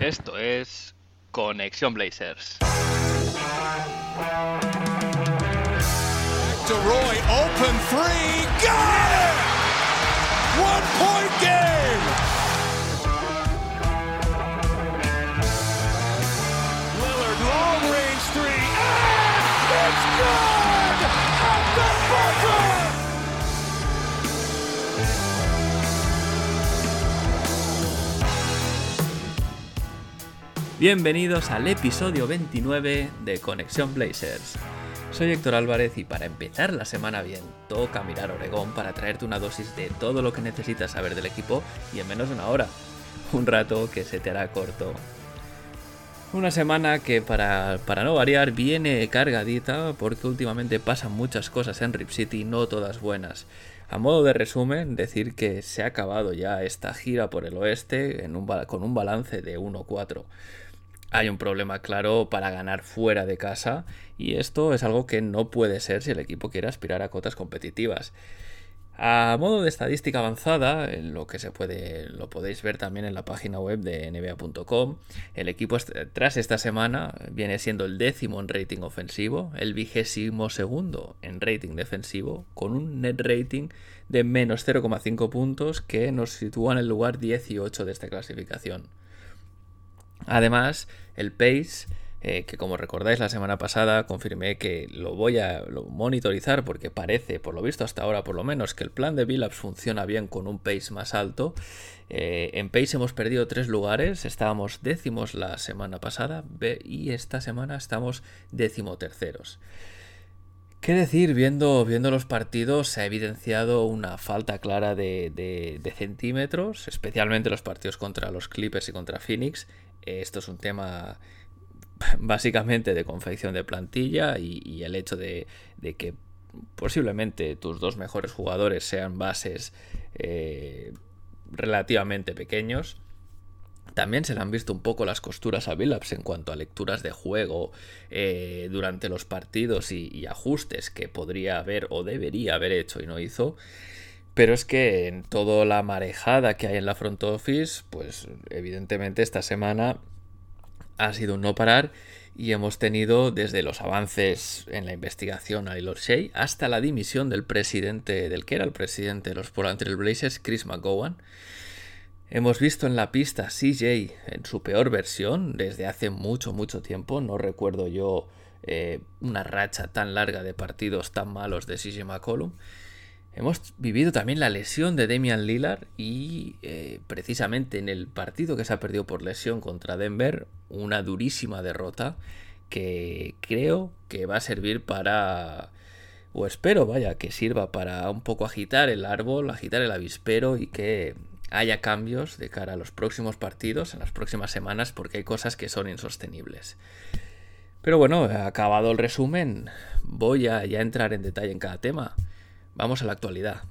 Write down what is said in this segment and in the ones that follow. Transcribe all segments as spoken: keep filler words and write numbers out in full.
Esto es Conexión Blazers. To Roy, open three, got it! One point game! Lillard, long range three, and it's good! At the buzzer! Bienvenidos al episodio veintinueve de Conexión Blazers. Soy Héctor Álvarez y para empezar la semana bien, toca mirar Oregón para traerte una dosis de todo lo que necesitas saber del equipo y en menos de una hora. Un rato que se te hará corto. Una semana que para, para no variar viene cargadita porque últimamente pasan muchas cosas en Rip City, no todas buenas. A modo de resumen, decir que se ha acabado ya esta gira por el oeste en un, con un balance de uno cuatro. Hay un problema claro para ganar fuera de casa y esto es algo que no puede ser si el equipo quiere aspirar a cotas competitivas. A modo de estadística avanzada, lo que se puede, lo podéis ver también en la página web de N B A punto com, el equipo tras esta semana viene siendo el décimo en rating ofensivo, el vigésimo segundo en rating defensivo, con un net rating de menos cero coma cinco puntos que nos sitúa en el lugar dieciocho de esta clasificación. Además, el pace, eh, que como recordáis la semana pasada confirmé que lo voy a lo monitorizar porque parece, por lo visto hasta ahora por lo menos, que el plan de Billups funciona bien con un pace más alto. Eh, en pace hemos perdido tres lugares, estábamos décimos la semana pasada y esta semana estamos decimoterceros. ¿Qué decir? Viendo, viendo los partidos se ha evidenciado una falta clara de, de, de centímetros, especialmente los partidos contra los Clippers y contra Phoenix. Esto es un tema básicamente de confección de plantilla y, y el hecho de, de que posiblemente tus dos mejores jugadores sean bases eh, relativamente pequeños. También se le han visto un poco las costuras a Billups en cuanto a lecturas de juego eh, durante los partidos y, y ajustes que podría haber o debería haber hecho y no hizo. Pero es que en toda la marejada que hay en la front office, pues evidentemente esta semana ha sido un no parar y hemos tenido desde los avances en la investigación a Lil Shea hasta la dimisión del presidente, del que era el presidente de los Portland Trail Blazers, Chris McGowan. Hemos visto en la pista C J en su peor versión desde hace mucho, mucho tiempo. No recuerdo yo eh, una racha tan larga de partidos tan malos de C J McCollum. Hemos vivido también la lesión de Damian Lillard y eh, precisamente en el partido que se ha perdido por lesión contra Denver, una durísima derrota que creo que va a servir para, o espero vaya, que sirva para un poco agitar el árbol, agitar el avispero y que haya cambios de cara a los próximos partidos, en las próximas semanas, porque hay cosas que son insostenibles. Pero bueno, acabado el resumen, voy a ya entrar en detalle en cada tema. Vamos a la actualidad.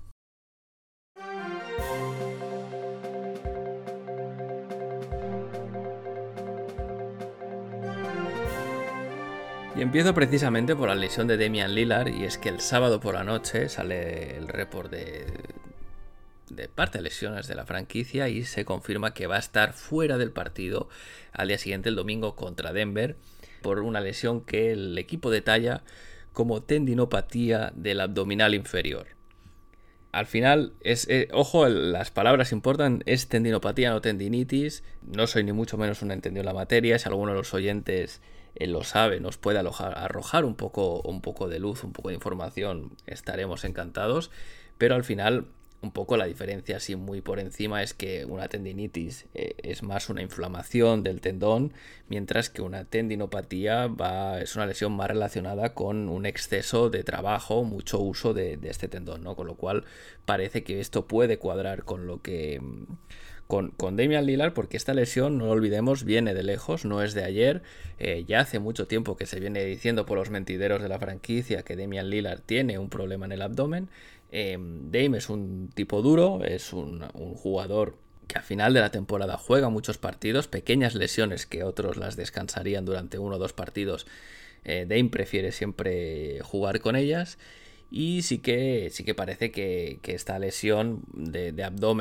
Y empiezo precisamente por la lesión de Damian Lillard, y es que el sábado por la noche sale el report de, de parte de lesiones de la franquicia y se confirma que va a estar fuera del partido al día siguiente, el domingo, contra Denver, por una lesión que el equipo detalla como tendinopatía del abdominal inferior. Al final, es, eh, ojo, las palabras importan, es tendinopatía, no tendinitis. No soy ni mucho menos un entendido en la materia. Si alguno de los oyentes eh, lo sabe, nos puede alojar, arrojar un poco, un poco de luz, un poco de información, estaremos encantados. Pero al final, un poco la diferencia así muy por encima es que una tendinitis eh, es más una inflamación del tendón, mientras que una tendinopatía va, es una lesión más relacionada con un exceso de trabajo, mucho uso de, de este tendón, ¿no? Con lo cual parece que esto puede cuadrar con lo que con, con Damian Lillard, porque esta lesión, no lo olvidemos, viene de lejos, no es de ayer. Eh, ya hace mucho tiempo que se viene diciendo por los mentideros de la franquicia que Damian Lillard tiene un problema en el abdomen. Eh, Dame es un tipo duro, es un, un jugador que a final de la temporada juega muchos partidos, pequeñas lesiones que otros las descansarían durante uno o dos partidos. Eh, Dame prefiere siempre jugar con ellas y sí que, sí que parece que, que esta lesión de, de abdomen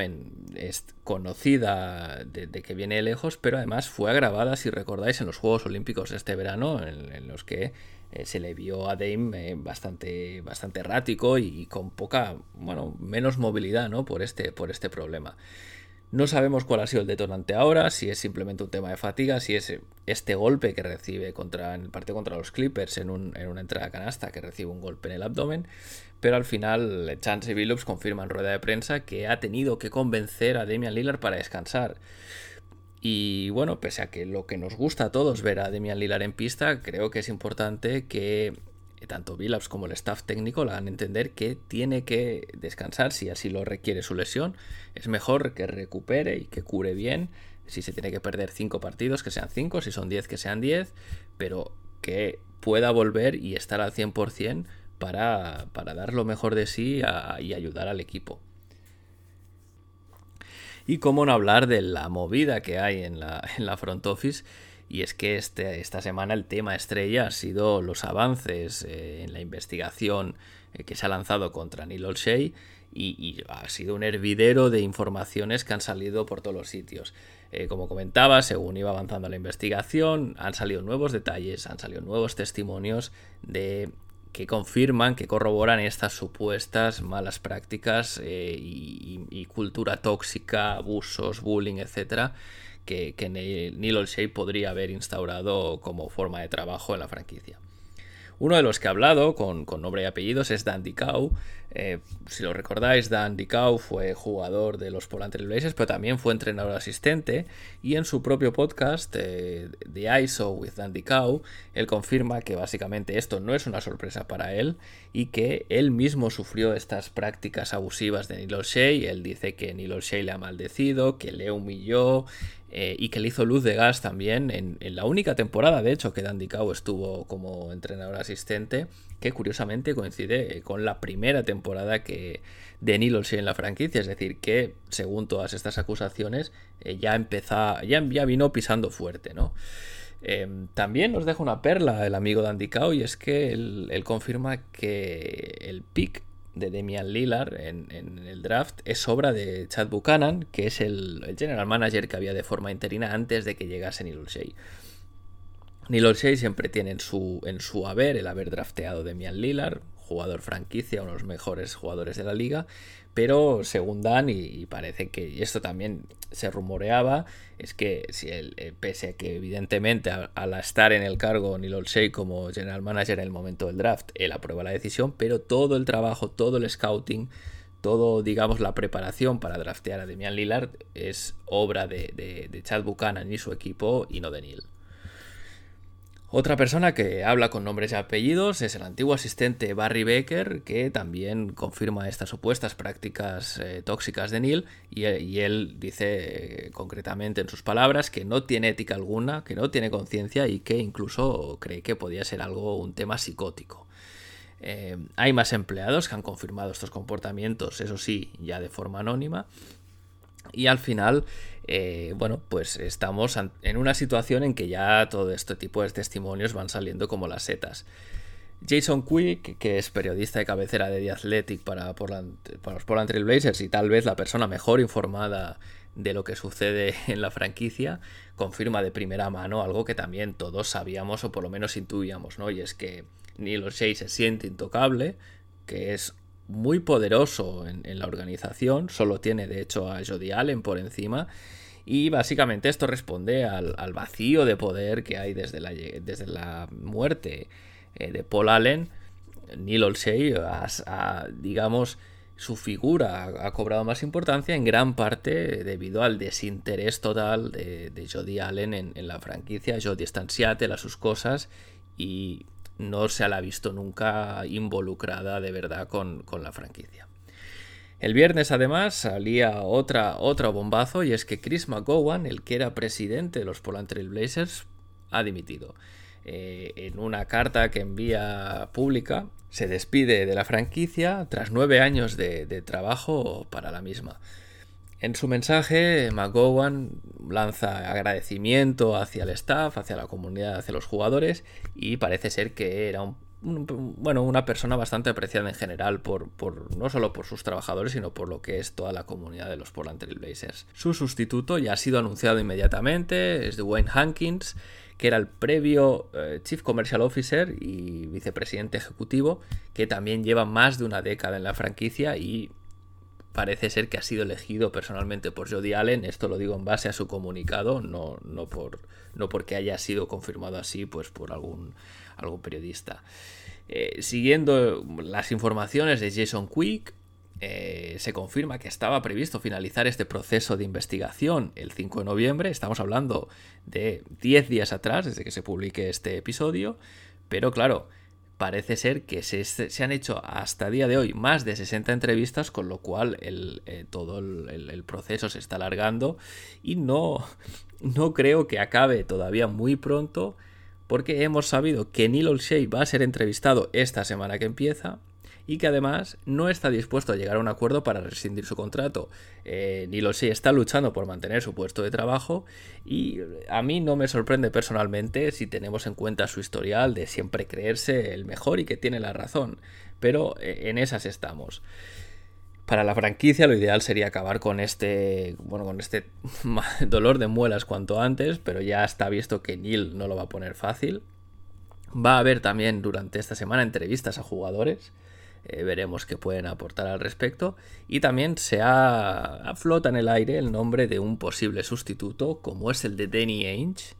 es conocida de, de que viene de lejos, pero además fue agravada, si recordáis, en los Juegos Olímpicos este verano, en, en los que eh, se le vio a Dame eh, bastante, bastante errático y, y con poca, bueno, menos movilidad, ¿no? por este, por este problema. No sabemos cuál ha sido el detonante ahora, si es simplemente un tema de fatiga, si es este golpe que recibe contra, en el partido contra los Clippers en, un, en una entrada canasta, que recibe un golpe en el abdomen, pero al final Chauncey Billups confirma en rueda de prensa que ha tenido que convencer a Damian Lillard para descansar. Y bueno, pese a que lo que nos gusta a todos ver a Damian Lillard en pista, creo que es importante que tanto Billups como el staff técnico le hagan entender que tiene que descansar si así lo requiere su lesión. Es mejor que recupere y que cure bien. Si se tiene que perder cinco partidos, que sean cinco, si son diez, que sean diez, pero que pueda volver y estar al cien por ciento para, para dar lo mejor de sí a, y ayudar al equipo. Y cómo no hablar de la movida que hay en la, en la front office. Y es que este, esta semana el tema estrella ha sido los avances eh, en la investigación eh, que se ha lanzado contra Neil Olshey y, y ha sido un hervidero de informaciones que han salido por todos los sitios. Eh, como comentaba, según iba avanzando la investigación, han salido nuevos detalles, han salido nuevos testimonios de que confirman, que corroboran estas supuestas malas prácticas eh, y, y, y cultura tóxica, abusos, bullying, etcétera, que, que Neil Olshey podría haber instaurado como forma de trabajo en la franquicia. Uno de los que ha hablado con, con nombre y apellidos es Dan Dickau. Eh, si lo recordáis, Dan Dickau fue jugador de los Portland Trail Blazers, pero también fue entrenador asistente, y en su propio podcast, eh, The I S O with Dan Dickau, él confirma que básicamente esto no es una sorpresa para él y que él mismo sufrió estas prácticas abusivas de Neil Olshey. Él dice que Neil Olshey le ha maldecido, que le humilló, Eh, y que le hizo luz de gas también en, en la única temporada, de hecho, que Dan Dickau estuvo como entrenador asistente, que curiosamente coincide con la primera temporada que de Neil Olshey en la franquicia. Es decir, que según todas estas acusaciones eh, ya empezó, ya, ya vino pisando fuerte, ¿no? Eh, también nos deja una perla el amigo Dan Dickau, y es que él, él confirma que el pick de Damian Lillard en, en el draft es obra de Chad Buchanan, que es el, el general manager que había de forma interina antes de que llegase Neil Olshey. Neil Olshey siempre tiene en su, en su haber el haber drafteado a Damian Lillard, jugador franquicia, uno de los mejores jugadores de la liga, pero según Dan, y, y parece que esto también se rumoreaba, es que si él, eh, pese a que evidentemente a, al estar en el cargo Neil Olshey como general manager en el momento del draft, él aprueba la decisión, pero todo el trabajo, todo el scouting, todo, digamos, la preparación para draftear a Damian Lillard es obra de, de, de Chad Buchanan y su equipo, y no de Neil. Otra persona que habla con nombres y apellidos es el antiguo asistente Barry Baker, que también confirma estas supuestas prácticas eh, tóxicas de Neil, y, y él dice eh, concretamente en sus palabras que no tiene ética alguna, que no tiene conciencia y que incluso cree que podía ser algo, un tema psicótico. Eh, hay más empleados que han confirmado estos comportamientos, eso sí, ya de forma anónima. Y al final, eh, bueno, pues estamos en una situación en que ya todo este tipo de testimonios van saliendo como las setas. Jason Quick, que es periodista de cabecera de The Athletic para, Portland, para los Portland Trail Blazers y tal vez la persona mejor informada de lo que sucede en la franquicia, confirma de primera mano algo que también todos sabíamos o por lo menos intuíamos, ¿no? Y es que Neil Olshey se siente intocable, que es muy poderoso en, en la organización, solo tiene de hecho a Jody Allen por encima, y básicamente esto responde al, al vacío de poder que hay desde la, desde la muerte eh, de Paul Allen. Neil Olshey, ha, ha, digamos, su figura ha, ha cobrado más importancia en gran parte debido al desinterés total de, de Jody Allen en, en la franquicia. Jody está en Seattle a sus cosas y no se la ha visto nunca involucrada de verdad con, con la franquicia. El viernes además salía otra, otro bombazo, y es que Chris McGowan, el que era presidente de los Portland Trail Blazers, ha dimitido. Eh, en una carta que envía pública, se despide de la franquicia tras nueve años de, de trabajo para la misma. En su mensaje, McGowan lanza agradecimiento hacia el staff, hacia la comunidad, hacia los jugadores, y parece ser que era un un, bueno, una persona bastante apreciada en general, por, por no solo por sus trabajadores, sino por lo que es toda la comunidad de los Portland Trail Blazers. Su sustituto ya ha sido anunciado inmediatamente, es Dwayne Hankins, que era el previo eh, Chief Commercial Officer y vicepresidente ejecutivo, que también lleva más de una década en la franquicia y parece ser que ha sido elegido personalmente por Jody Allen. Esto lo digo en base a su comunicado, no, no, por, no porque haya sido confirmado así pues por algún, algún periodista. Eh, siguiendo las informaciones de Jason Quick, eh, se confirma que estaba previsto finalizar este proceso de investigación el cinco de noviembre. Estamos hablando de diez días atrás, desde que se publique este episodio, pero claro, parece ser que se, se han hecho hasta el día de hoy más de sesenta entrevistas, con lo cual el, eh, todo el, el proceso se está alargando y no, no creo que acabe todavía muy pronto, porque hemos sabido que Neil Olshey va a ser entrevistado esta semana que empieza y que además no está dispuesto a llegar a un acuerdo para rescindir su contrato. Eh, Neil Olshey está luchando por mantener su puesto de trabajo y a mí no me sorprende personalmente si tenemos en cuenta su historial de siempre creerse el mejor y que tiene la razón, pero en esas estamos. Para la franquicia lo ideal sería acabar con este, bueno, con este dolor de muelas cuanto antes, pero ya está visto que Neil no lo va a poner fácil. Va a haber también durante esta semana entrevistas a jugadores. Eh, veremos qué pueden aportar al respecto. Y también se ha, aflota en el aire el nombre de un posible sustituto, como es el de Danny Ainge,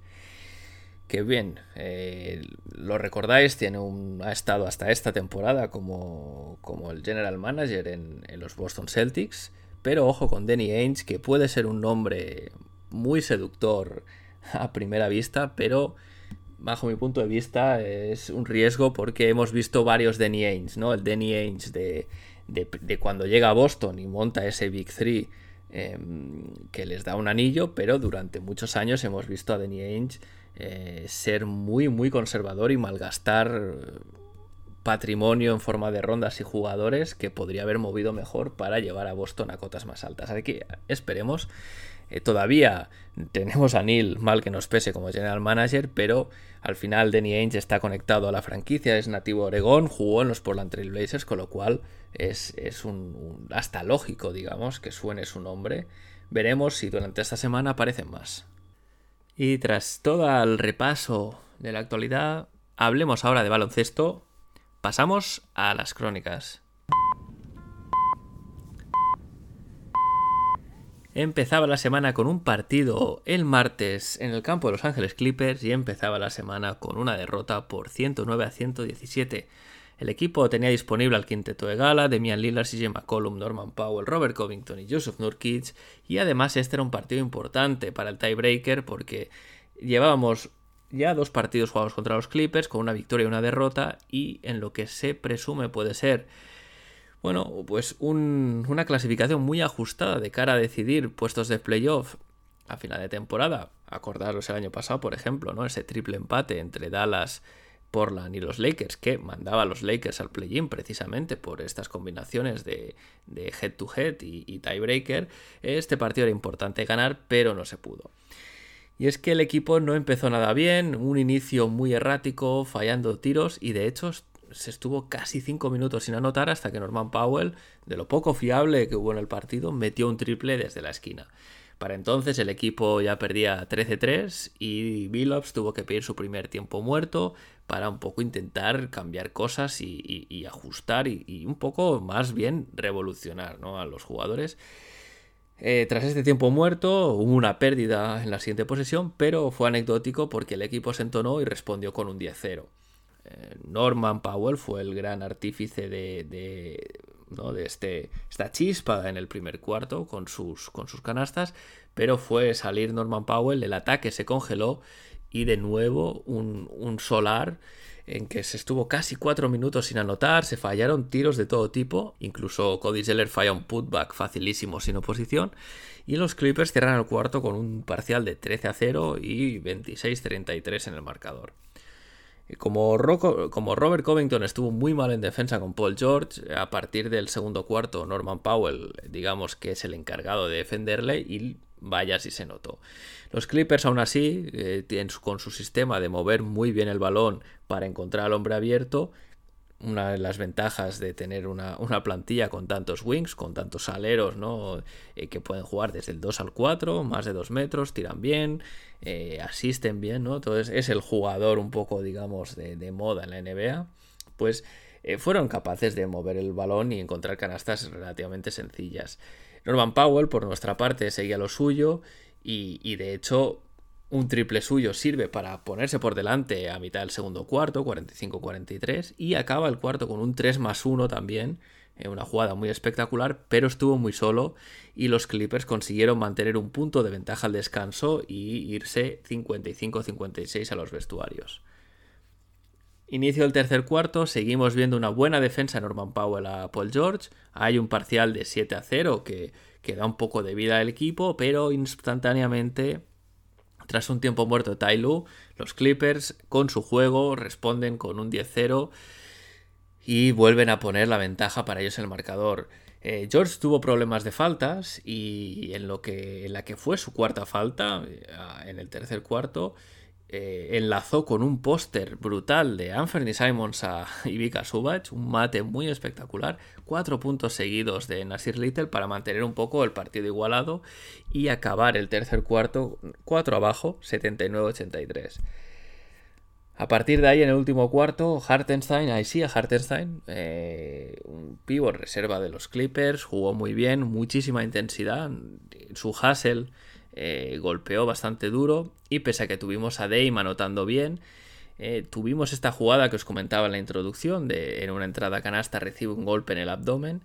que bien, eh, lo recordáis, tiene un, ha estado hasta esta temporada como, como el general manager en, en los Boston Celtics, pero ojo con Danny Ainge, que puede ser un nombre muy seductor a primera vista, pero bajo mi punto de vista es un riesgo porque hemos visto varios Danny Ainge, ¿no? El Danny Ainge de, de, de cuando llega a Boston y monta ese Big Three eh, que les da un anillo, pero durante muchos años hemos visto a Danny Ainge eh, ser muy muy conservador y malgastar patrimonio en forma de rondas y jugadores que podría haber movido mejor para llevar a Boston a cotas más altas. Así que esperemos. Eh, todavía tenemos a Neil, mal que nos pese, como general manager, pero al final Danny Ainge está conectado a la franquicia, es nativo de Oregón, jugó en los Portland Trail Blazers, con lo cual es, es un, un hasta lógico, digamos, que suene su nombre. Veremos si durante esta semana aparecen más. Y tras todo el repaso de la actualidad, hablemos ahora de baloncesto. Pasamos a las crónicas. Empezaba la semana con un partido el martes en el campo de Los Ángeles Clippers y empezaba la semana con una derrota por ciento nueve a ciento diecisiete. El equipo tenía disponible al quinteto de gala, Damian Lillard, C J McCollum, Norman Powell, Robert Covington y Jusuf Nurkic, y además este era un partido importante para el tiebreaker porque llevábamos ya dos partidos jugados contra los Clippers con una victoria y una derrota, y en lo que se presume puede ser, bueno, pues un, una clasificación muy ajustada de cara a decidir puestos de playoff a final de temporada. Acordaros el año pasado, por ejemplo, ¿no? Ese triple empate entre Dallas, Portland y los Lakers, que mandaba a los Lakers al play-in precisamente por estas combinaciones de, de head-to-head y, y tiebreaker. Este partido era importante ganar, pero no se pudo. Y es que el equipo no empezó nada bien, un inicio muy errático, fallando tiros, y de hecho se estuvo casi cinco minutos sin anotar hasta que Norman Powell, de lo poco fiable que hubo en el partido, metió un triple desde la esquina. Para entonces el equipo ya perdía trece tres y Billups tuvo que pedir su primer tiempo muerto para un poco intentar cambiar cosas y, y, y ajustar y, y un poco más bien revolucionar, ¿no?, a los jugadores. Eh, tras este tiempo muerto hubo una pérdida en la siguiente posesión, pero fue anecdótico porque el equipo se entonó y respondió con un diez cero. Eh, Norman Powell fue el gran artífice de... de ¿no? de este, esta chispa en el primer cuarto con sus, con sus canastas, pero fue salir Norman Powell, el ataque se congeló y de nuevo un, un solar en que se estuvo casi cuatro minutos sin anotar, se fallaron tiros de todo tipo, incluso Cody Zeller falla un putback facilísimo sin oposición, y los Clippers cierran el cuarto con un parcial de trece a cero y veintiséis treinta y tres en el marcador. Como, Rocco, como Robert Covington estuvo muy mal en defensa con Paul George, a partir del segundo cuarto Norman Powell, digamos que es el encargado de defenderle, y vaya si se notó. Los Clippers aún así, eh, tienen, con su sistema de mover muy bien el balón para encontrar al hombre abierto, una de las ventajas de tener una, una plantilla con tantos wings, con tantos aleros, ¿no? Eh, que pueden jugar desde el dos al cuatro, más de dos metros, tiran bien, eh, asisten bien, ¿no? Entonces es el jugador un poco, digamos, de, de moda en la N B A. Pues eh, fueron capaces de mover el balón y encontrar canastas relativamente sencillas. Norman Powell, por nuestra parte, seguía lo suyo y, y de hecho un triple suyo sirve para ponerse por delante a mitad del segundo cuarto, cuarenta y cinco cuarenta y tres, y acaba el cuarto con un tres más uno también, eh, una jugada muy espectacular, pero estuvo muy solo y los Clippers consiguieron mantener un punto de ventaja al descanso y irse cincuenta y cinco cincuenta y seis a los vestuarios. Inicio del tercer cuarto, seguimos viendo una buena defensa de Norman Powell a Paul George. Hay un parcial de siete a cero que, que da un poco de vida al equipo, pero instantáneamente, tras un tiempo muerto de Ty Lue, los Clippers con su juego responden con un diez cero y vuelven a poner la ventaja para ellos en el marcador. Eh, George tuvo problemas de faltas y en, lo que, en la que fue su cuarta falta, en el tercer cuarto, Eh, enlazó con un póster brutal de Anthony Simons a Ivica Zubac, un mate muy espectacular, cuatro puntos seguidos de Nasir Little para mantener un poco el partido igualado y acabar el tercer cuarto cuatro abajo, setenta y nueve ochenta y tres. A partir de ahí, en el último cuarto, Hartenstein, ahí sí, a Hartenstein, eh, un pívot reserva de los Clippers, jugó muy bien, muchísima intensidad, su hustle Eh, golpeó bastante duro y pese a que tuvimos a Dame anotando bien, eh, tuvimos esta jugada que os comentaba en la introducción, de en una entrada canasta recibe un golpe en el abdomen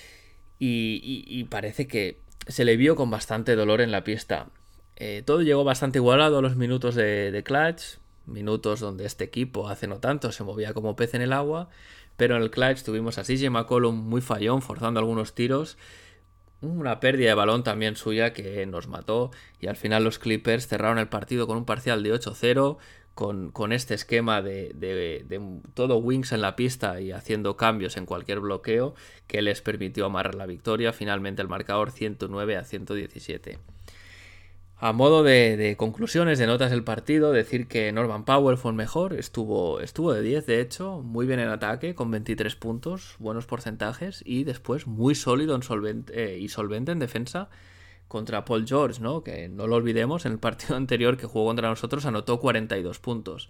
y, y, y parece que se le vio con bastante dolor en la pista. Eh, todo llegó bastante igualado a los minutos de, de clutch, minutos donde este equipo hace no tanto se movía como pez en el agua, pero en el clutch tuvimos a C J McCollum muy fallón, forzando algunos tiros, una pérdida de balón también suya que nos mató y al final los Clippers cerraron el partido con un parcial de ocho cero con, con este esquema de, de, de todo wings en la pista y haciendo cambios en cualquier bloqueo que les permitió amarrar la victoria. Finalmente el marcador ciento nueve a ciento diecisiete. A modo de, de conclusiones, de notas del partido, decir que Norman Powell fue el mejor, estuvo, estuvo de diez de hecho, muy bien en ataque, con veintitrés puntos, buenos porcentajes, y después muy sólido en solvente, eh, y solvente en defensa contra Paul George, ¿no? Que no lo olvidemos, en el partido anterior que jugó contra nosotros anotó cuarenta y dos puntos.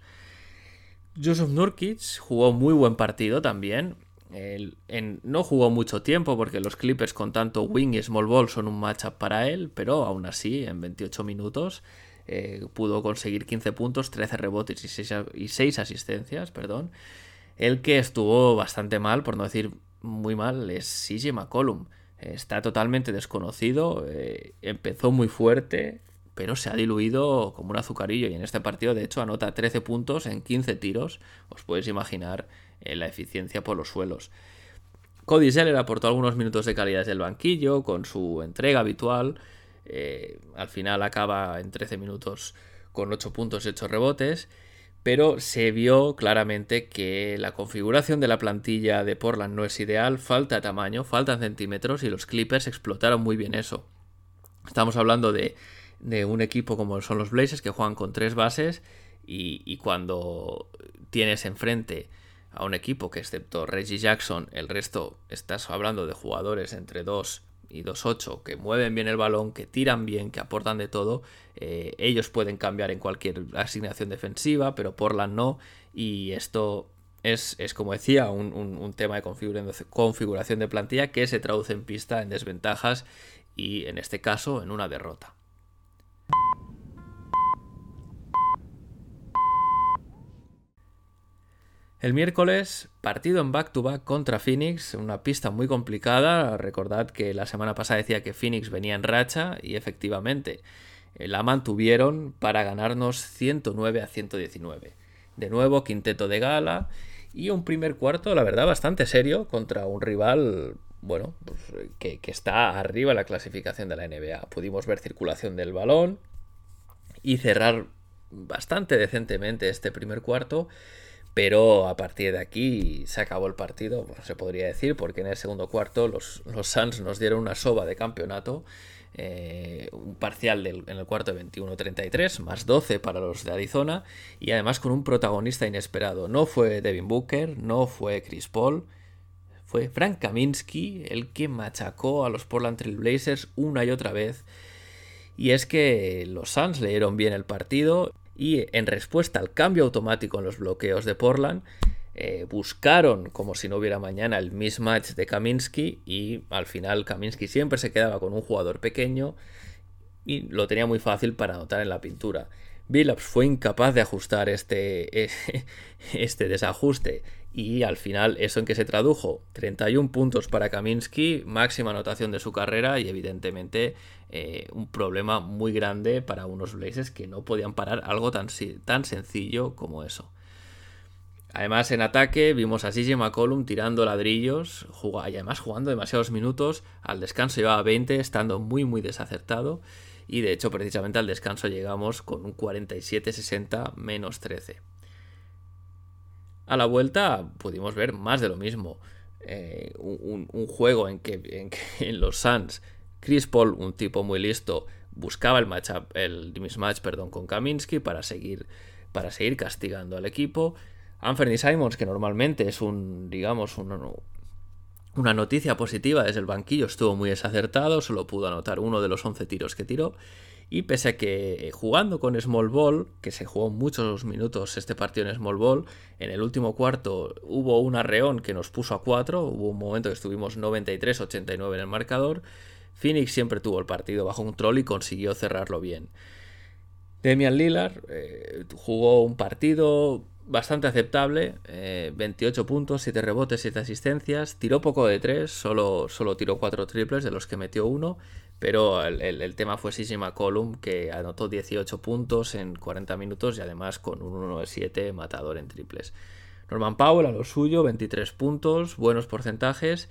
Jusuf Nurkic jugó muy buen partido también. El, en, no jugó mucho tiempo porque los Clippers con tanto wing y small ball son un matchup para él, pero aún así en veintiocho minutos eh, pudo conseguir quince puntos, trece rebotes y seis, y seis asistencias, perdón. El que estuvo bastante mal, por no decir muy mal, es C J McCollum. Eh, está totalmente desconocido, eh, empezó muy fuerte, pero se ha diluido como un azucarillo y en este partido de hecho anota trece puntos en quince tiros. Os podéis imaginar eh, la eficiencia por los suelos. Cody Zeller aportó algunos minutos de calidad desde el banquillo con su entrega habitual. Eh, al final acaba en trece minutos con ocho puntos y ocho rebotes, pero se vio claramente que la configuración de la plantilla de Portland no es ideal, falta tamaño, faltan centímetros y los Clippers explotaron muy bien eso. Estamos hablando de de un equipo como son los Blazers que juegan con tres bases y, y cuando tienes enfrente a un equipo que excepto Reggie Jackson, el resto estás hablando de jugadores entre dos y dos ocho que mueven bien el balón, que tiran bien, que aportan de todo, eh, ellos pueden cambiar en cualquier asignación defensiva, pero Portland no, y esto es, es como decía, un, un, un tema de configuración de plantilla que se traduce en pista en desventajas y en este caso en una derrota. El miércoles, partido en back-to-back contra Phoenix, una pista muy complicada. Recordad que la semana pasada decía que Phoenix venía en racha y efectivamente la mantuvieron para ganarnos ciento nueve a ciento diecinueve. De nuevo, quinteto de gala y un primer cuarto, la verdad, bastante serio contra un rival, bueno, pues, que, que está arriba en la clasificación de la N B A. Pudimos ver circulación del balón y cerrar bastante decentemente este primer cuarto. Pero a partir de aquí se acabó el partido, bueno, se podría decir, porque en el segundo cuarto los, los Suns nos dieron una soba de campeonato. Eh, un parcial del, en el cuarto de veintiuno a treinta y tres, más doce para los de Arizona, y además con un protagonista inesperado. No fue Devin Booker, no fue Chris Paul, fue Frank Kaminsky el que machacó a los Portland Trail Blazers una y otra vez. Y es que los Suns leyeron bien el partido y en respuesta al cambio automático en los bloqueos de Portland, Eh, buscaron como si no hubiera mañana el mismatch de Kaminsky, y al final Kaminsky siempre se quedaba con un jugador pequeño y lo tenía muy fácil para anotar en la pintura. Billups fue incapaz de ajustar este, este desajuste, y al final eso en que se tradujo: treinta y uno puntos para Kaminsky, máxima anotación de su carrera, y evidentemente eh, un problema muy grande para unos Blazers que no podían parar algo tan, tan sencillo como eso. Además, en ataque vimos a C J McCollum tirando ladrillos y además jugando demasiados minutos. Al descanso llevaba veinte, estando muy muy desacertado, y de hecho precisamente al descanso llegamos con un cuarenta y siete sesenta menos trece. A la vuelta pudimos ver más de lo mismo. Eh, un, un juego en que, en que en los Suns, Chris Paul, un tipo muy listo, buscaba el matchup, el mismatch, perdón, con Kaminsky para seguir, para seguir castigando al equipo. Anthony Simons, que normalmente es un, digamos, un, una noticia positiva desde el banquillo, estuvo muy desacertado, solo pudo anotar uno de los once tiros que tiró, y pese a que jugando con Small Ball, que se jugó muchos minutos este partido en Small Ball, en el último cuarto hubo un arreón que nos puso a cuatro, hubo un momento que estuvimos noventa y tres a ochenta y nueve en el marcador. Phoenix siempre tuvo el partido bajo control y consiguió cerrarlo bien. Damian Lillard eh, jugó un partido bastante aceptable, eh, veintiocho puntos, siete rebotes, siete asistencias, tiró poco de tres, solo, solo tiró cuatro triples, de los que metió uno, pero el, el, el tema fue C J McCollum, que anotó dieciocho puntos en cuarenta minutos y además con un uno de siete matador en triples. Norman Powell a lo suyo, veintitrés puntos, buenos porcentajes.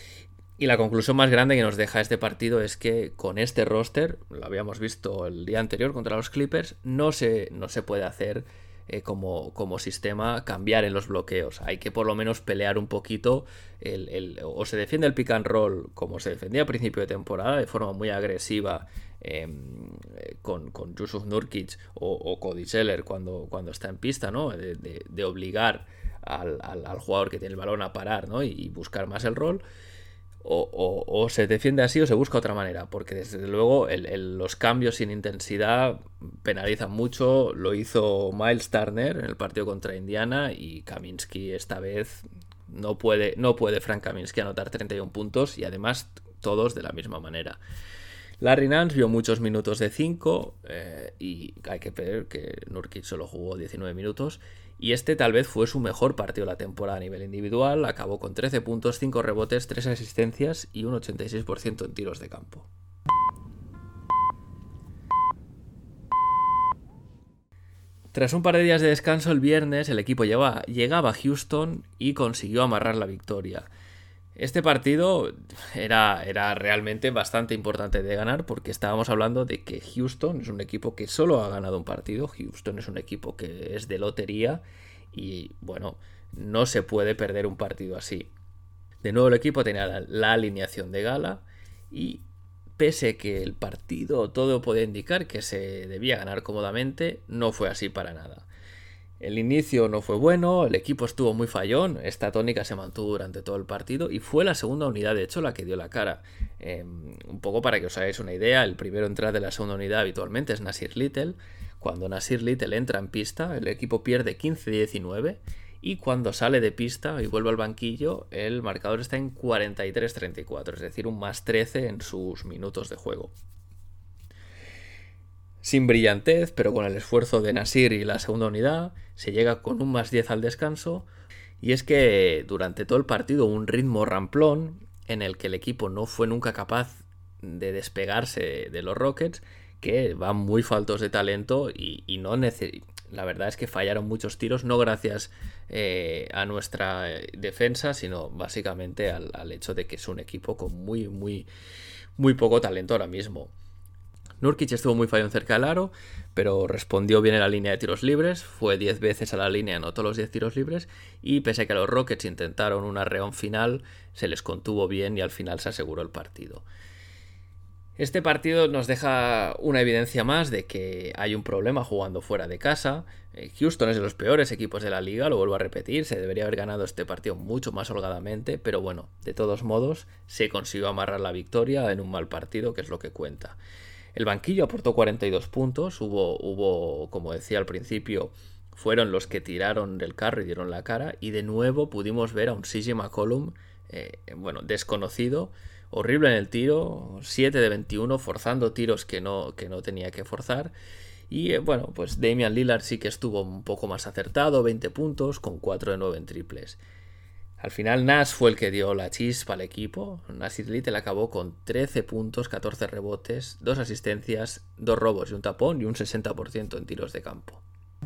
Y la conclusión más grande que nos deja este partido es que con este roster, lo habíamos visto el día anterior contra los Clippers, no se, no se puede hacer eh, como, como sistema cambiar en los bloqueos. Hay que por lo menos pelear un poquito, el, el, o se defiende el pick and roll como se defendía a principio de temporada, de forma muy agresiva, eh, con, con Jusuf Nurkic o, o Cody Zeller cuando, cuando está en pista, ¿no? De, de, de obligar al, al, al jugador que tiene el balón a parar, ¿no? y, y buscar más el rol. O, o, o se defiende así o se busca otra manera, porque desde luego el, el, los cambios sin intensidad penalizan mucho. Lo hizo Miles Turner en el partido contra Indiana, y Kaminsky esta vez no puede, no puede Frank Kaminsky anotar treinta y uno puntos, y además todos de la misma manera. Larry Nance vio muchos minutos de cinco, eh, y hay que ver que Nurkic solo jugó diecinueve minutos, y este tal vez fue su mejor partido de la temporada a nivel individual. Acabó con trece puntos, cinco rebotes, tres asistencias y un ochenta y seis por ciento en tiros de campo. Tras un par de días de descanso el viernes, el equipo llegaba, llegaba a Houston y consiguió amarrar la victoria. Este partido era, era realmente bastante importante de ganar, porque estábamos hablando de que Houston es un equipo que solo ha ganado un partido. Houston es un equipo que es de lotería y, bueno, no se puede perder un partido así. De nuevo el equipo tenía la, la alineación de gala, y pese a que el partido todo podía indicar que se debía ganar cómodamente, no fue así para nada. El inicio no fue bueno, el equipo estuvo muy fallón, esta tónica se mantuvo durante todo el partido y fue la segunda unidad de hecho la que dio la cara. Eh, un poco para que os hagáis una idea, el primero en entrar de la segunda unidad habitualmente es Nasir Little. Cuando Nasir Little entra en pista, el equipo pierde quince diecinueve, y cuando sale de pista y vuelve al banquillo, el marcador está en cuarenta y tres treinta y cuatro, es decir, un más trece en sus minutos de juego. Sin brillantez, pero con el esfuerzo de Nasir y la segunda unidad, se llega con un más diez al descanso. Y es que durante todo el partido hubo un ritmo ramplón en el que el equipo no fue nunca capaz de despegarse de los Rockets, que van muy faltos de talento y, y no neces- la verdad es que fallaron muchos tiros, no gracias eh, a nuestra defensa, sino básicamente al, al hecho de que es un equipo con muy, muy, muy poco talento ahora mismo. Nurkic estuvo muy fallón cerca del aro, pero respondió bien en la línea de tiros libres, fue diez veces a la línea, anotó los diez tiros libres, y pese a que los Rockets intentaron un arreón final, se les contuvo bien y al final se aseguró el partido. Este partido nos deja una evidencia más de que hay un problema jugando fuera de casa. Houston es de los peores equipos de la liga, lo vuelvo a repetir, se debería haber ganado este partido mucho más holgadamente, pero bueno, de todos modos se consiguió amarrar la victoria en un mal partido, que es lo que cuenta. El banquillo aportó cuarenta y dos puntos, hubo, hubo, como decía al principio, fueron los que tiraron del carro y dieron la cara, y de nuevo pudimos ver a un C J McCollum, eh, bueno, desconocido, horrible en el tiro, siete de veintiuno, forzando tiros que no, que no tenía que forzar. Y eh, bueno, pues Damian Lillard sí que estuvo un poco más acertado, veinte puntos, con cuatro de nueve en triples. Al final Nash fue el que dio la chispa al equipo. Nasir Little acabó con trece puntos, catorce rebotes, dos asistencias, dos robos y un tapón y un sesenta por ciento en tiros de campo.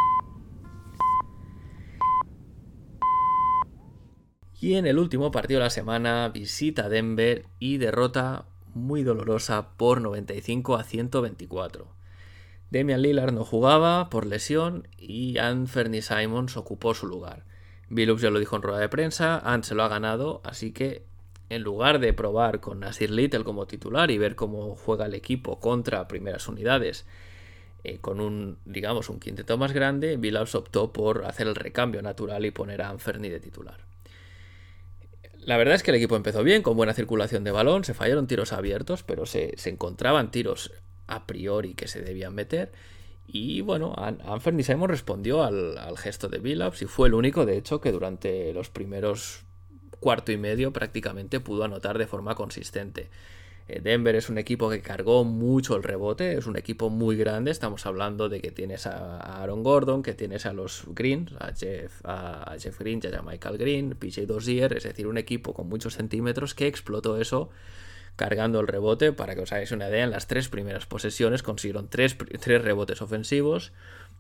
Y en el último partido de la semana visita Denver y derrota muy dolorosa por noventa y cinco a ciento veinticuatro. Damian Lillard no jugaba por lesión y Anthony Simons ocupó su lugar. Billups ya lo dijo en rueda de prensa, Ant se lo ha ganado, así que en lugar de probar con Nasir Little como titular y ver cómo juega el equipo contra primeras unidades, eh, con un, digamos, un quinteto más grande, Billups optó por hacer el recambio natural y poner a Anthony de titular. La verdad es que el equipo empezó bien, con buena circulación de balón, se fallaron tiros abiertos, pero se, se encontraban tiros a priori que se debían meter. Y bueno, Anthony Simons respondió al, al gesto de Billups y fue el único, de hecho, que durante los primeros cuarto y medio prácticamente pudo anotar de forma consistente. Denver es un equipo que cargó mucho el rebote, es un equipo muy grande, estamos hablando de que tienes a Aaron Gordon, que tienes a los Green, a Jeff, a Jeff Green, ya a Michael Green, P J Dozier, es decir, un equipo con muchos centímetros que explotó eso cargando el rebote. Para que os hagáis una idea, en las tres primeras posesiones consiguieron tres, tres rebotes ofensivos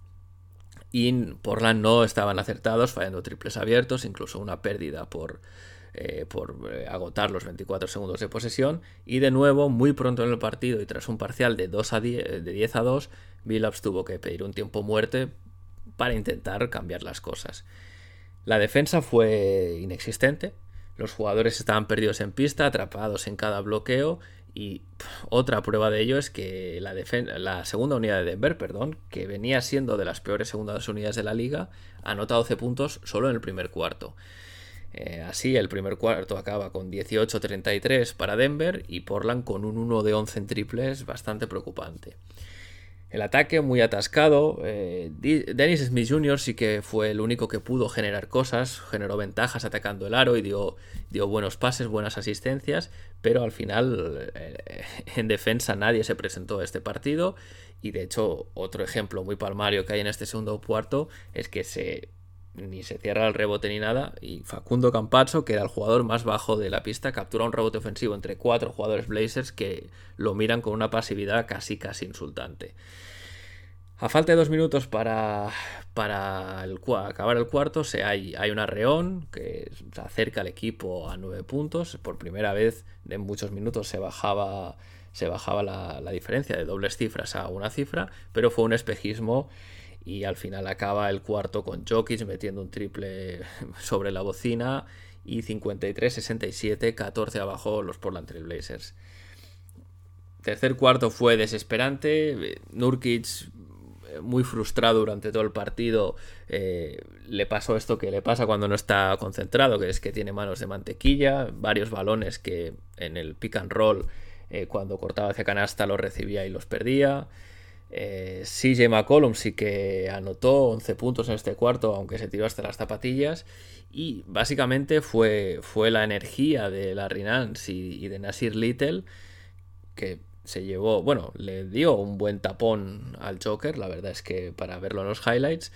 y Portland no estaban acertados, fallando triples abiertos, incluso una pérdida por... Eh, por eh, agotar los veinticuatro segundos de posesión. Y de nuevo, muy pronto en el partido y tras un parcial de, dos a diez, de diez a dos, Billups tuvo que pedir un tiempo muerte para intentar cambiar las cosas. La defensa fue inexistente, los jugadores estaban perdidos en pista, atrapados en cada bloqueo. Y pff, otra prueba de ello es que la, defen- la segunda unidad de Denver, perdón, que venía siendo de las peores segundas unidades de la liga, anota doce puntos solo en el primer cuarto. Eh, así el primer cuarto acaba con dieciocho a treinta y tres para Denver y Portland con un uno de once en triples bastante preocupante. El ataque muy atascado, eh, Dennis Smith junior sí que fue el único que pudo generar cosas, generó ventajas atacando el aro y dio, dio buenos pases, buenas asistencias, pero al final eh, en defensa nadie se presentó a este partido. Y de hecho otro ejemplo muy palmario que hay en este segundo cuarto es que se... ni se cierra el rebote ni nada y Facundo Campazzo, que era el jugador más bajo de la pista, captura un rebote ofensivo entre cuatro jugadores Blazers que lo miran con una pasividad casi casi insultante. A falta de dos minutos para, para el, acabar el cuarto, se hay, hay un arreón que se acerca al equipo a nueve puntos. Por primera vez en muchos minutos se bajaba, se bajaba la, la diferencia de dobles cifras a una cifra, pero fue un espejismo. Y al final acaba el cuarto con Jokic metiendo un triple sobre la bocina y cincuenta y tres a sesenta y siete, catorce abajo los Portland Trail Blazers. Tercer cuarto fue desesperante. Nurkic, muy frustrado durante todo el partido, eh, le pasó esto que le pasa cuando no está concentrado, que es que tiene manos de mantequilla, varios balones que en el pick and roll, eh, cuando cortaba hacia canasta los recibía y los perdía. Eh, C J McCollum sí que anotó once puntos en este cuarto, aunque se tiró hasta las zapatillas. Y básicamente fue, fue la energía de Larry Nance y, y de Nasir Little que se llevó, bueno, le dio un buen tapón al Joker. La verdad es que para verlo en los highlights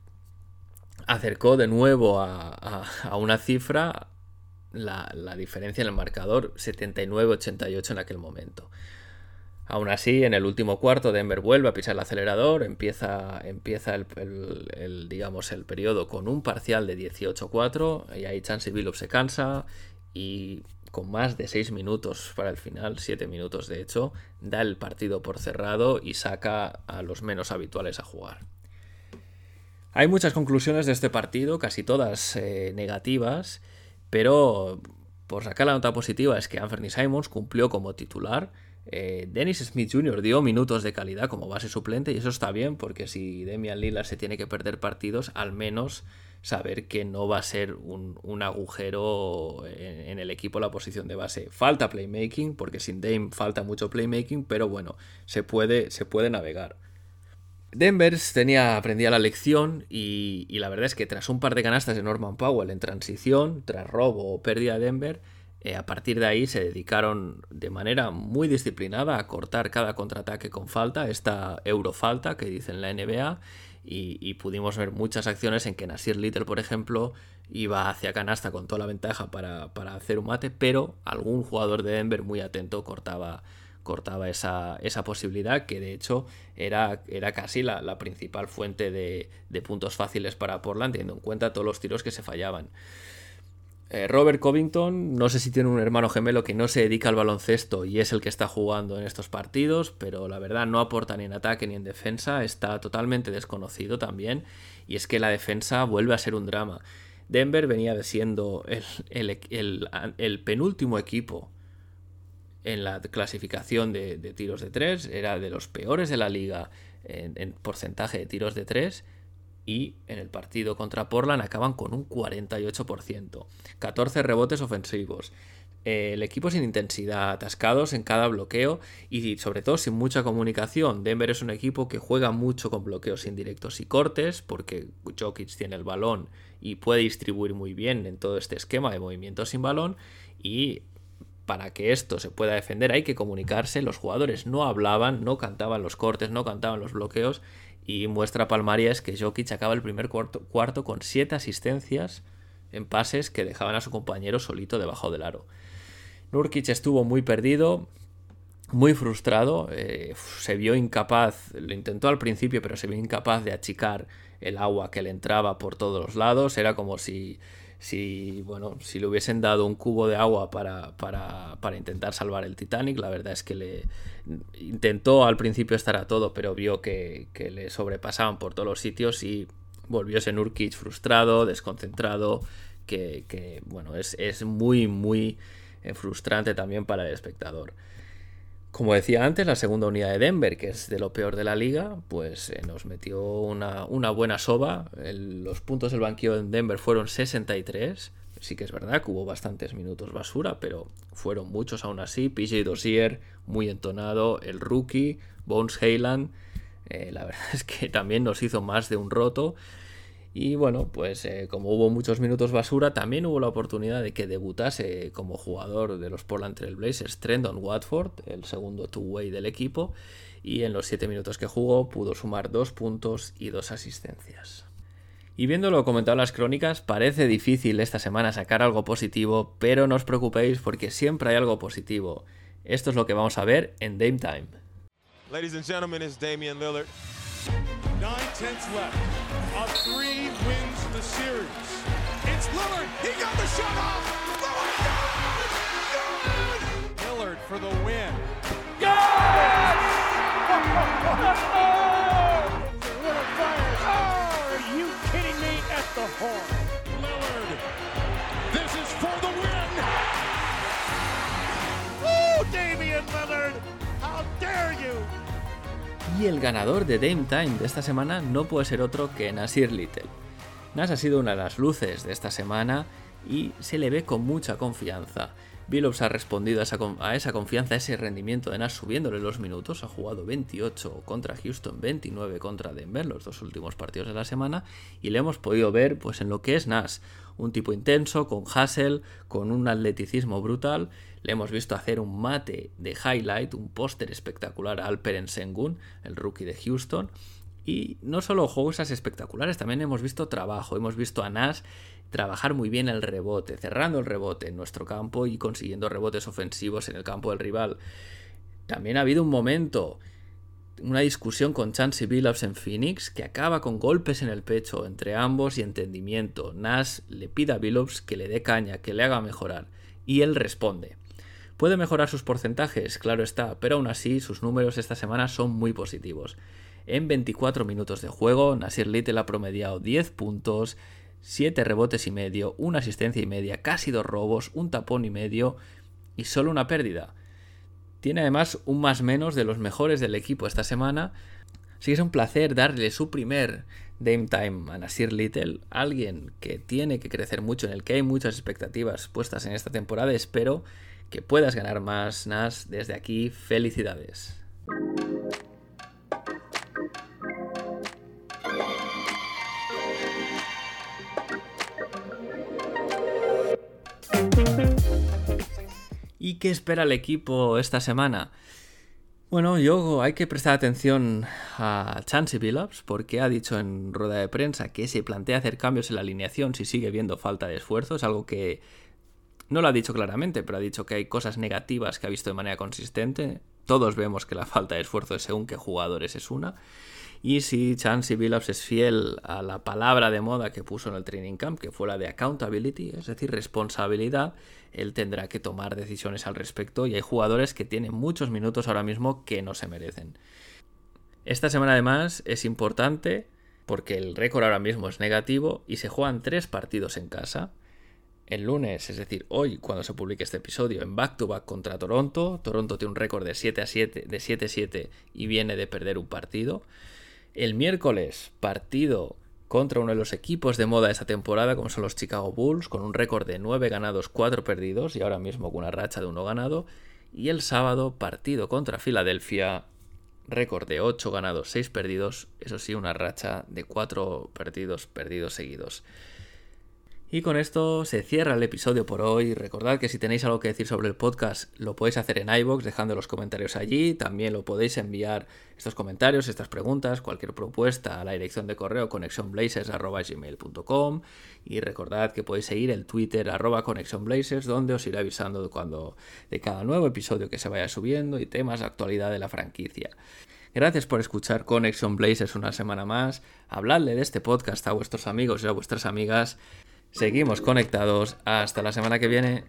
acercó de nuevo a, a, a una cifra la, la diferencia en el marcador, setenta y nueve a ochenta y ocho en aquel momento. Aún así, en el último cuarto, Denver vuelve a pisar el acelerador, empieza, empieza el, el, el, digamos, el periodo con un parcial de dieciocho a cuatro, y ahí Chauncey Billups se cansa y con más de seis minutos para el final, siete minutos de hecho, da el partido por cerrado y saca a los menos habituales a jugar. Hay muchas conclusiones de este partido, casi todas eh, negativas, pero por sacar la nota positiva es que Anthony Simons cumplió como titular. Eh, Dennis Smith junior dio minutos de calidad como base suplente y eso está bien porque si Damian Lillard se tiene que perder partidos, al menos saber que no va a ser un, un agujero en, en el equipo la posición de base. Falta playmaking, porque sin Dame falta mucho playmaking, pero bueno, se puede, se puede navegar. Denver tenía, aprendía la lección y, y la verdad es que tras un par de canastas de Norman Powell en transición, tras robo o pérdida de Denver, eh, a partir de ahí se dedicaron de manera muy disciplinada a cortar cada contraataque con falta, esta eurofalta que dice en la N B A, y, y pudimos ver muchas acciones en que Nasir Little, por ejemplo, iba hacia canasta con toda la ventaja para, para hacer un mate, pero algún jugador de Denver muy atento cortaba cortaba esa, esa posibilidad que de hecho era, era casi la, la principal fuente de, de puntos fáciles para Portland, teniendo en cuenta todos los tiros que se fallaban. eh, Robert Covington, no sé si tiene un hermano gemelo que no se dedica al baloncesto y es el que está jugando en estos partidos, pero la verdad no aporta ni en ataque ni en defensa, está totalmente desconocido también, y es que la defensa vuelve a ser un drama. Denver venía siendo el, el, el, el penúltimo equipo en la clasificación de, de tiros de tres, era de los peores de la liga en, en porcentaje de tiros de tres, y en el partido contra Portland acaban con un cuarenta y ocho por ciento, catorce rebotes ofensivos, eh, el equipo sin intensidad, atascados en cada bloqueo y sobre todo sin mucha comunicación. Denver es un equipo que juega mucho con bloqueos indirectos y cortes porque Jokic tiene el balón y puede distribuir muy bien en todo este esquema de movimientos sin balón, y para que esto se pueda defender hay que comunicarse. Los jugadores no hablaban, no cantaban los cortes, no cantaban los bloqueos, y muestra palmaria que Jokic acaba el primer cuarto, cuarto con siete asistencias en pases que dejaban a su compañero solito debajo del aro. Nurkic estuvo muy perdido, muy frustrado, eh, se vio incapaz, lo intentó al principio pero se vio incapaz de achicar el agua que le entraba por todos los lados. Era como si Si, bueno, si le hubiesen dado un cubo de agua para, para, para intentar salvar el Titanic. La verdad es que le intentó al principio estar a todo, pero vio que, que le sobrepasaban por todos los sitios y volvió ese Nurkic frustrado, desconcentrado, que, que bueno, es, es muy, muy frustrante también para el espectador. Como decía antes, la segunda unidad de Denver, que es de lo peor de la liga, pues eh, nos metió una, una buena soba. El, los puntos del banquillo en Denver fueron sesenta y tres. Sí que es verdad que hubo bastantes minutos basura, pero fueron muchos aún así. P J Dozier, muy entonado. El rookie, Bones Hyland, eh, la verdad es que también nos hizo más de un roto. Y bueno, pues eh, como hubo muchos minutos basura, también hubo la oportunidad de que debutase como jugador de los Portland Trail Blazers Trendon Watford, el segundo two-way del equipo, y en los siete minutos que jugó pudo sumar dos puntos y dos asistencias. Y viendo lo comentado en las crónicas, parece difícil esta semana sacar algo positivo, pero no os preocupéis porque siempre hay algo positivo. Esto es lo que vamos a ver en Dame Time. Ladies and gentlemen, it's Damian Lillard. Nine tenths left. A three wins the series. It's Lillard. He got the shot off. Lillard got it. Good. Lillard for the win. Got it. Lillard fires. Oh, are you kidding me? At the horn. Lillard. This is for the win. Woo, Damian Lillard. How dare you? Y el ganador de Dame Time de esta semana no puede ser otro que Nasir Little. Nas ha sido una de las luces de esta semana y se le ve con mucha confianza. Billups ha respondido a esa, a esa confianza, a ese rendimiento de Nas subiéndole los minutos. Ha jugado veintiocho contra Houston, veintinueve contra Denver, los dos últimos partidos de la semana, y le hemos podido ver pues en lo que es Nas, un tipo intenso, con hustle, con un atleticismo brutal. Le hemos visto hacer un mate de highlight, un póster espectacular a Alperen Sengun, el rookie de Houston. Y no solo juegos espectaculares, también hemos visto trabajo. Hemos visto a Nas trabajar muy bien el rebote, cerrando el rebote en nuestro campo y consiguiendo rebotes ofensivos en el campo del rival. También ha habido un momento, una discusión con Chauncey Billups en Phoenix, que acaba con golpes en el pecho entre ambos y entendimiento. Nas le pide a Billups que le dé caña, que le haga mejorar, y él responde. Puede mejorar sus porcentajes, claro está, pero aún así sus números esta semana son muy positivos. En veinticuatro minutos de juego, Nasir Little ha promediado diez puntos, siete rebotes y medio, una asistencia y media, casi dos robos, un tapón y medio y solo una pérdida. Tiene además un más menos de los mejores del equipo esta semana. Así que es un placer darle su primer Dame Time a Nasir Little, alguien que tiene que crecer mucho, en el que hay muchas expectativas puestas en esta temporada. Espero que puedas ganar más, Nas. Desde aquí, felicidades. ¿Y qué espera el equipo esta semana? Bueno, yo hay que prestar atención a Chauncey Billups porque ha dicho en rueda de prensa que se plantea hacer cambios en la alineación si sigue viendo falta de esfuerzo. Es algo que no lo ha dicho claramente, pero ha dicho que hay cosas negativas que ha visto de manera consistente. Todos vemos que la falta de esfuerzo según qué jugadores es una. Y si Chauncey Billups es fiel a la palabra de moda que puso en el training camp, que fue la de accountability, es decir, responsabilidad, él tendrá que tomar decisiones al respecto y hay jugadores que tienen muchos minutos ahora mismo que no se merecen. Esta semana además es importante porque el récord ahora mismo es negativo y se juegan tres partidos en casa. El lunes, es decir, hoy, cuando se publique este episodio, en back-to-back contra Toronto. Toronto tiene un récord de siete a siete, de siete a siete y viene de perder un partido. El miércoles, partido contra uno de los equipos de moda de esta temporada, como son los Chicago Bulls, con un récord de nueve ganados, cuatro perdidos, y ahora mismo con una racha de uno ganado. Y el sábado, partido contra Filadelfia, récord de ocho ganados, seis perdidos, eso sí, una racha de cuatro perdidos, perdidos seguidos. Y con esto se cierra el episodio por hoy. Recordad que si tenéis algo que decir sobre el podcast lo podéis hacer en iVoox dejando los comentarios allí. También lo podéis enviar estos comentarios, estas preguntas, cualquier propuesta a la dirección de correo connectionblazers arroba gmail punto com. Y recordad que podéis seguir el Twitter arroba connectionblazers, donde os iré avisando de, cuando, de cada nuevo episodio que se vaya subiendo y temas de actualidad de la franquicia. Gracias por escuchar Connection Blazers una semana más. Habladle de este podcast a vuestros amigos y a vuestras amigas. Seguimos conectados. Hasta la semana que viene.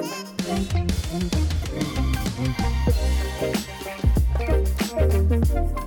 Thank you.